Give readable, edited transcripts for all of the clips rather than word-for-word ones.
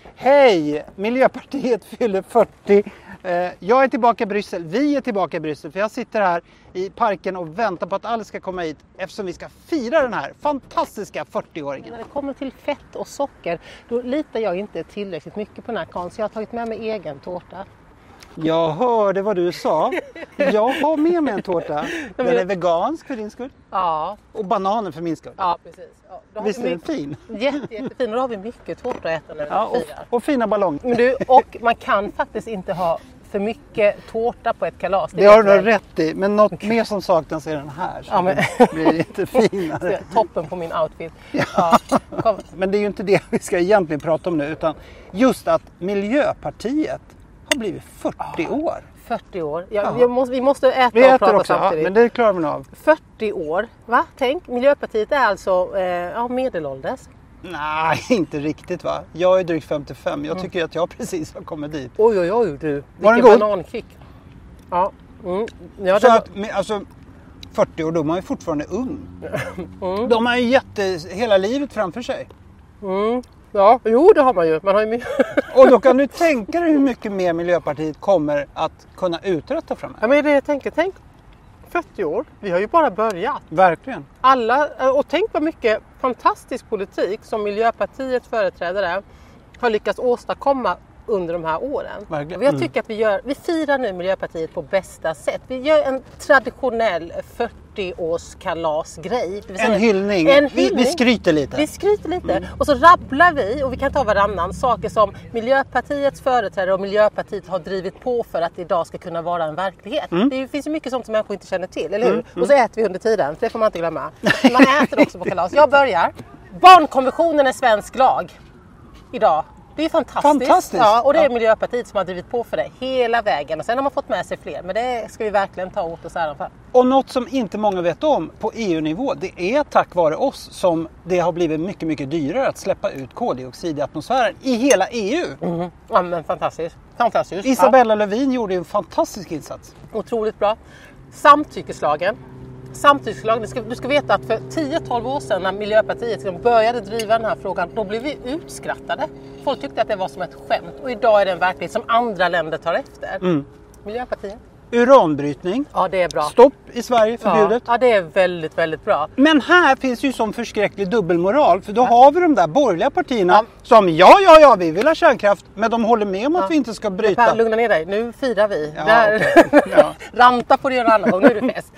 Hej! Miljöpartiet fyller 40. Jag är tillbaka i Bryssel. Vi är tillbaka i Bryssel. För jag sitter här i parken och väntar på att alla ska komma hit. Eftersom vi ska fira den här fantastiska 40-åringen. När det kommer till fett och socker, då litar jag inte tillräckligt mycket på den här kan. Så jag har tagit med mig egen tårta. Jag hörde vad du sa. Jag har med mig en tårta. Den är vegansk för din skull. Ja. Och bananer för min skull. Ja, precis. Ja, visst är den fin? Jättefin. Och då har vi mycket tårta att äta när vi firar. Och fina ballonger. Men och man kan faktiskt inte ha för mycket tårta på ett kalas. Det har du rätt i. Men något mer som saknas är den här. Så det blir lite finare. Toppen på min outfit. Ja. Men det är ju inte det vi ska egentligen prata om nu. Utan just att Miljöpartiet har blivit 40 år. 40 år. Vi måste äta och prata också, samtidigt. Men det klarar vi nog av. 40 år. Va? Tänk, Miljöpartiet är alltså medelålders. Nej, inte riktigt va. Jag är drygt 55. Jag tycker att jag precis har kommit dit. Oj du. Var den god? Banankick. Ja. Ja, så att, alltså 40 år, de är fortfarande ung. De har ju hela livet framför sig. Ja, jo det har man ju. Man har ju och då kan du tänka dig hur mycket mer Miljöpartiet kommer att kunna uträtta framöver. Ja, men det jag tänker. Tänk 40 år. Vi har ju bara börjat. Verkligen. Och tänk vad mycket fantastisk politik som Miljöpartiets företrädare har lyckats åstadkomma under de här åren. Verkligen. Och jag tycker att vi firar nu Miljöpartiet på bästa sätt. Vi gör en traditionell 40-årskalasgrej. En hyllning. Vi skryter lite. Och så rabblar vi, och vi kan ta varannan, saker som Miljöpartiets företrädare och Miljöpartiet har drivit på för att idag ska kunna vara en verklighet. Det finns ju mycket sånt som människor inte känner till, eller hur? Och så äter vi under tiden, för det får man inte glömma. Man äter också på kalas. Jag börjar. Barnkonventionen är svensk lag idag. Det är fantastiskt. Ja, och det är Miljöpartiet som har drivit på för det hela vägen. Och sen har man fått med sig fler. Men det ska vi verkligen ta åt oss äran för. Och något som inte många vet om på EU-nivå, det är tack vare oss som det har blivit mycket, mycket dyrare att släppa ut koldioxid i atmosfären i hela EU. Ja, men fantastiskt. Isabella Lövin gjorde en fantastisk insats. Otroligt bra. Samtyckeslagen. Du ska veta att för 10-12 år sedan när Miljöpartiet började driva den här frågan, då blev vi utskrattade. Folk tyckte att det var som ett skämt. Och idag är det en verklighet som andra länder tar efter. Miljöpartiet. Uranbrytning. Ja, det är bra. Stopp i Sverige, förbjudet. Ja, det är väldigt, väldigt bra. Men här finns ju som förskräcklig dubbelmoral. För då har vi de där borgerliga partierna som vi vill ha kärnkraft. Men de håller med om att vi inte ska bryta. Per, lugna ner dig. Nu firar vi. Okay. Ranta får du göra en annan gång. Nu är det fest.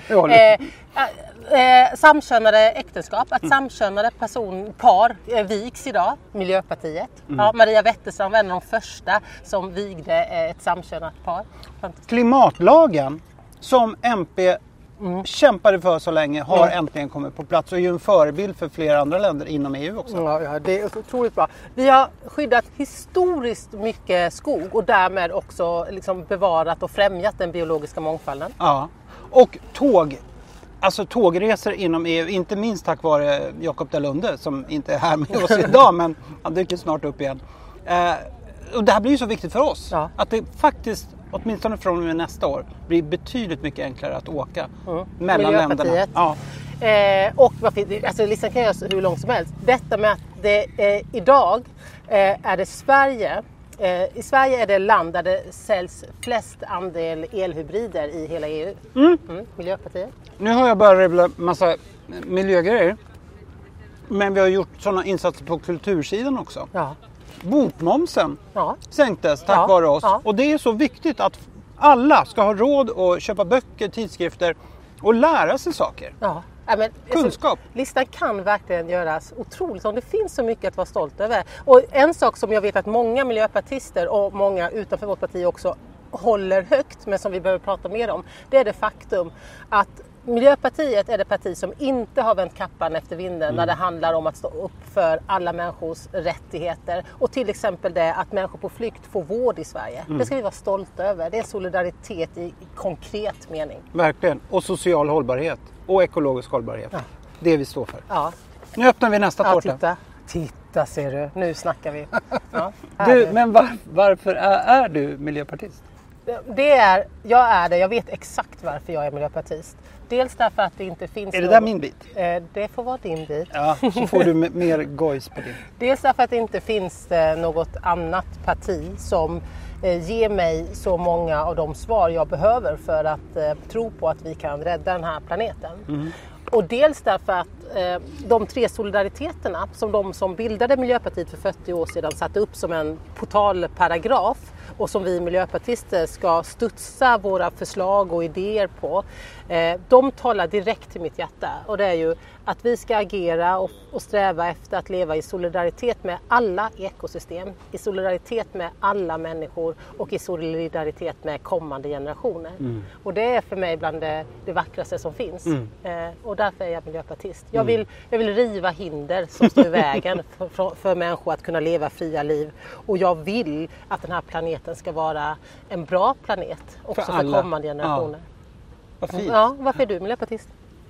Samkönade äktenskap. Att samkönade par vigs idag. Miljöpartiet. Ja, Maria Wetterstrand var en av de första som vigde ett samkönat par. Klimatlagen som MP kämpade för så länge har äntligen kommit på plats och är ju en förebild för flera andra länder inom EU också. Ja, det är otroligt bra. Vi har skyddat historiskt mycket skog och därmed också bevarat och främjat den biologiska mångfalden. Ja, och tågresor inom EU, inte minst tack vare Jakob Dalunde som inte är här med oss idag, men han dyker snart upp igen. Och det här blir ju så viktigt för oss, att det faktiskt, åtminstone från och med nästa år, blir betydligt mycket enklare att åka mellan länderna. Ja. Och listan kan göras hur långt som helst. Detta med att idag är det Sverige. I Sverige är det land där det säljs flest andel elhybrider i hela EU. Miljöpartiet. Nu har jag bara revlat massa miljögrejer. Men vi har gjort sådana insatser på kultursidan också. Ja. Bokmomsen sänktes tack vare oss. Ja. Och det är så viktigt att alla ska ha råd att köpa böcker, tidskrifter och lära sig saker. Ja. Kunskap. Listan kan verkligen göras otroligt. Det finns så mycket att vara stolt över. Och en sak som jag vet att många miljöpartister och många utanför vårt parti också håller högt, men som vi behöver prata mer om, det är det faktum att Miljöpartiet är det parti som inte har vänt kappan efter vinden när det handlar om att stå upp för alla människors rättigheter. Och till exempel det att människor på flykt får vård i Sverige. Det ska vi vara stolta över. Det är solidaritet i konkret mening. Verkligen. Och social hållbarhet. Och ekologisk hållbarhet. Ja. Det vi står för. Ja. Nu öppnar vi nästa tårta. Titta ser du. Nu snackar vi. Ja, men varför är du miljöpartist? Jag är det. Jag vet exakt varför jag är miljöpartist. Dels därför att det inte finns... Är det där min bit? Det får vara din bit. Ja, så får du mer gojs på din. Dels därför att det inte finns något annat parti som ger mig så många av de svar jag behöver för att tro på att vi kan rädda den här planeten. Mm. Och dels därför att de 3 solidariteterna som de som bildade Miljöpartiet för 40 år sedan satte upp som en portalparagraf och som vi miljöpartister ska studsa våra förslag och idéer på, de talar direkt till mitt hjärta. Och det är ju att vi ska agera och sträva efter att leva i solidaritet med alla ekosystem, i solidaritet med alla människor och i solidaritet med kommande generationer. Mm. Och det är för mig bland det vackraste som finns. Och därför är jag miljöpartist. Jag vill riva hinder som står i vägen för människor att kunna leva fria liv. Och jag vill att den här planeten ska vara en bra planet också för kommande generationer. Ja. Vad fint. Ja, varför är du miljöpartist?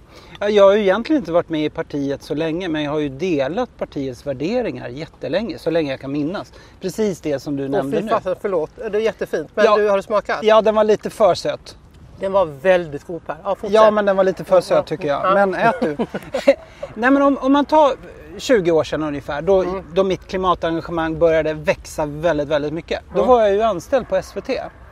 Jag har ju egentligen inte varit med i partiet så länge, men jag har ju delat partiets värderingar jättelänge, så länge jag kan minnas. Precis det som du nämnde nu. Förlåt, det är jättefint. Men har du smakat? Ja, den var lite för söt. Den var väldigt god, Per. Ja, men den var lite för söt tycker jag. Men ät du. Nej, men om man tar 20 år sedan ungefär, då mitt klimatengagemang började växa väldigt, väldigt mycket. Då var jag ju anställd på SVT.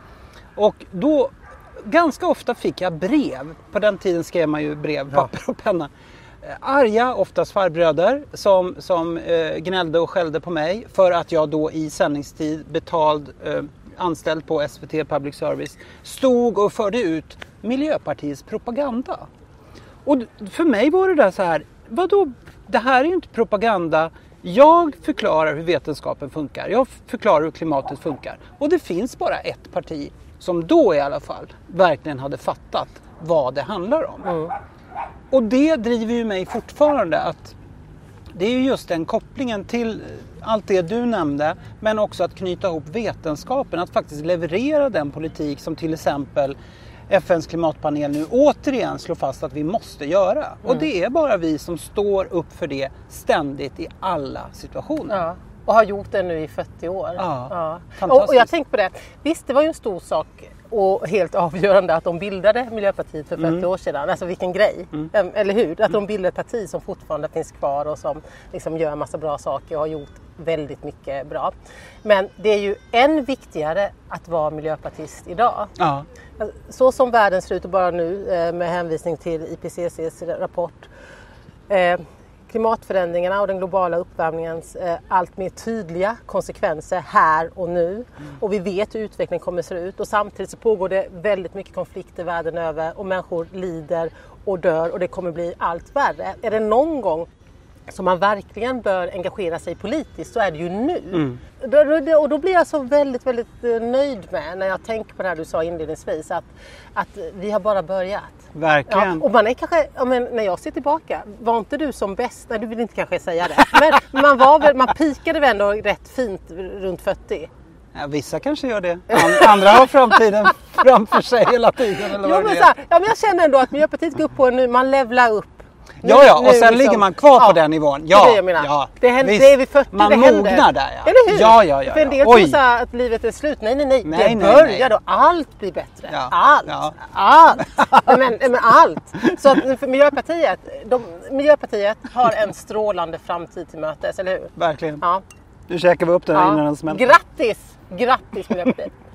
Och då ganska ofta fick jag brev. På den tiden skrev man ju brev, papper och penna. Arga, oftast farbröder, som gnällde och skällde på mig för att jag då i sändningstid betald anställd på SVT Public Service stod och förde ut Miljöpartiets propaganda. Och för mig var det där så här, vadå? Det här är ju inte propaganda. Jag förklarar hur vetenskapen funkar. Jag förklarar hur klimatet funkar. Och det finns bara ett parti som då i alla fall verkligen hade fattat vad det handlar om. Mm. Och det driver ju mig fortfarande att det är ju just den kopplingen till allt det du nämnde, men också att knyta ihop vetenskapen, att faktiskt leverera den politik som till exempel FNs klimatpanel nu återigen slår fast att vi måste göra. Mm. Och det är bara vi som står upp för det ständigt i alla situationer. Ja. Och har gjort det nu i 40 år. Ja. Och jag tänkte på det. Visst, det var ju en stor sak och helt avgörande att de bildade Miljöpartiet för 40 år sedan. Alltså vilken grej. Eller hur? Att de bildade ett parti som fortfarande finns kvar och som liksom gör en massa bra saker och har gjort väldigt mycket bra. Men det är ju än viktigare att vara miljöpartist idag. Ja. Så som världen ser ut och bara nu med hänvisning till IPCCs rapport. Klimatförändringarna och den globala uppvärmningens allt mer tydliga konsekvenser här och nu. Och vi vet hur utvecklingen kommer att se ut. Och samtidigt så pågår det väldigt mycket konflikter världen över. Och människor lider och dör och det kommer bli allt värre. Är det någon gång som man verkligen bör engagera sig politiskt så är det ju nu. Och då blir jag så väldigt, väldigt nöjd med när jag tänker på det här du sa inledningsvis. Att vi har bara börjat. Verkligen. Ja, och man är kanske, när jag ser tillbaka, var inte du som bäst? Nej, du vill inte kanske säga det. Men man pikade väl ändå rätt fint runt 40. Ja, vissa kanske gör det. Andra har framtiden framför sig hela tiden. Eller vad det är. Men jag känner ändå att Miljöpartiet går upp på nu, man levlar upp. Ja, och sen ligger man kvar på den nivån. Ja, det är det jag menar. Det är vid 40 man det händer. Man mognar där, ja. Eller hur? Ja. För en del tror så att livet är slut. Nej. Det börjar då. Allt blir bättre. Ja. Allt. Men allt. Så att för Miljöpartiet har en strålande framtid till mötes, eller hur? Verkligen. Ja. Nu käkar vi upp den innan den smälter. Grattis Miljöpartiet.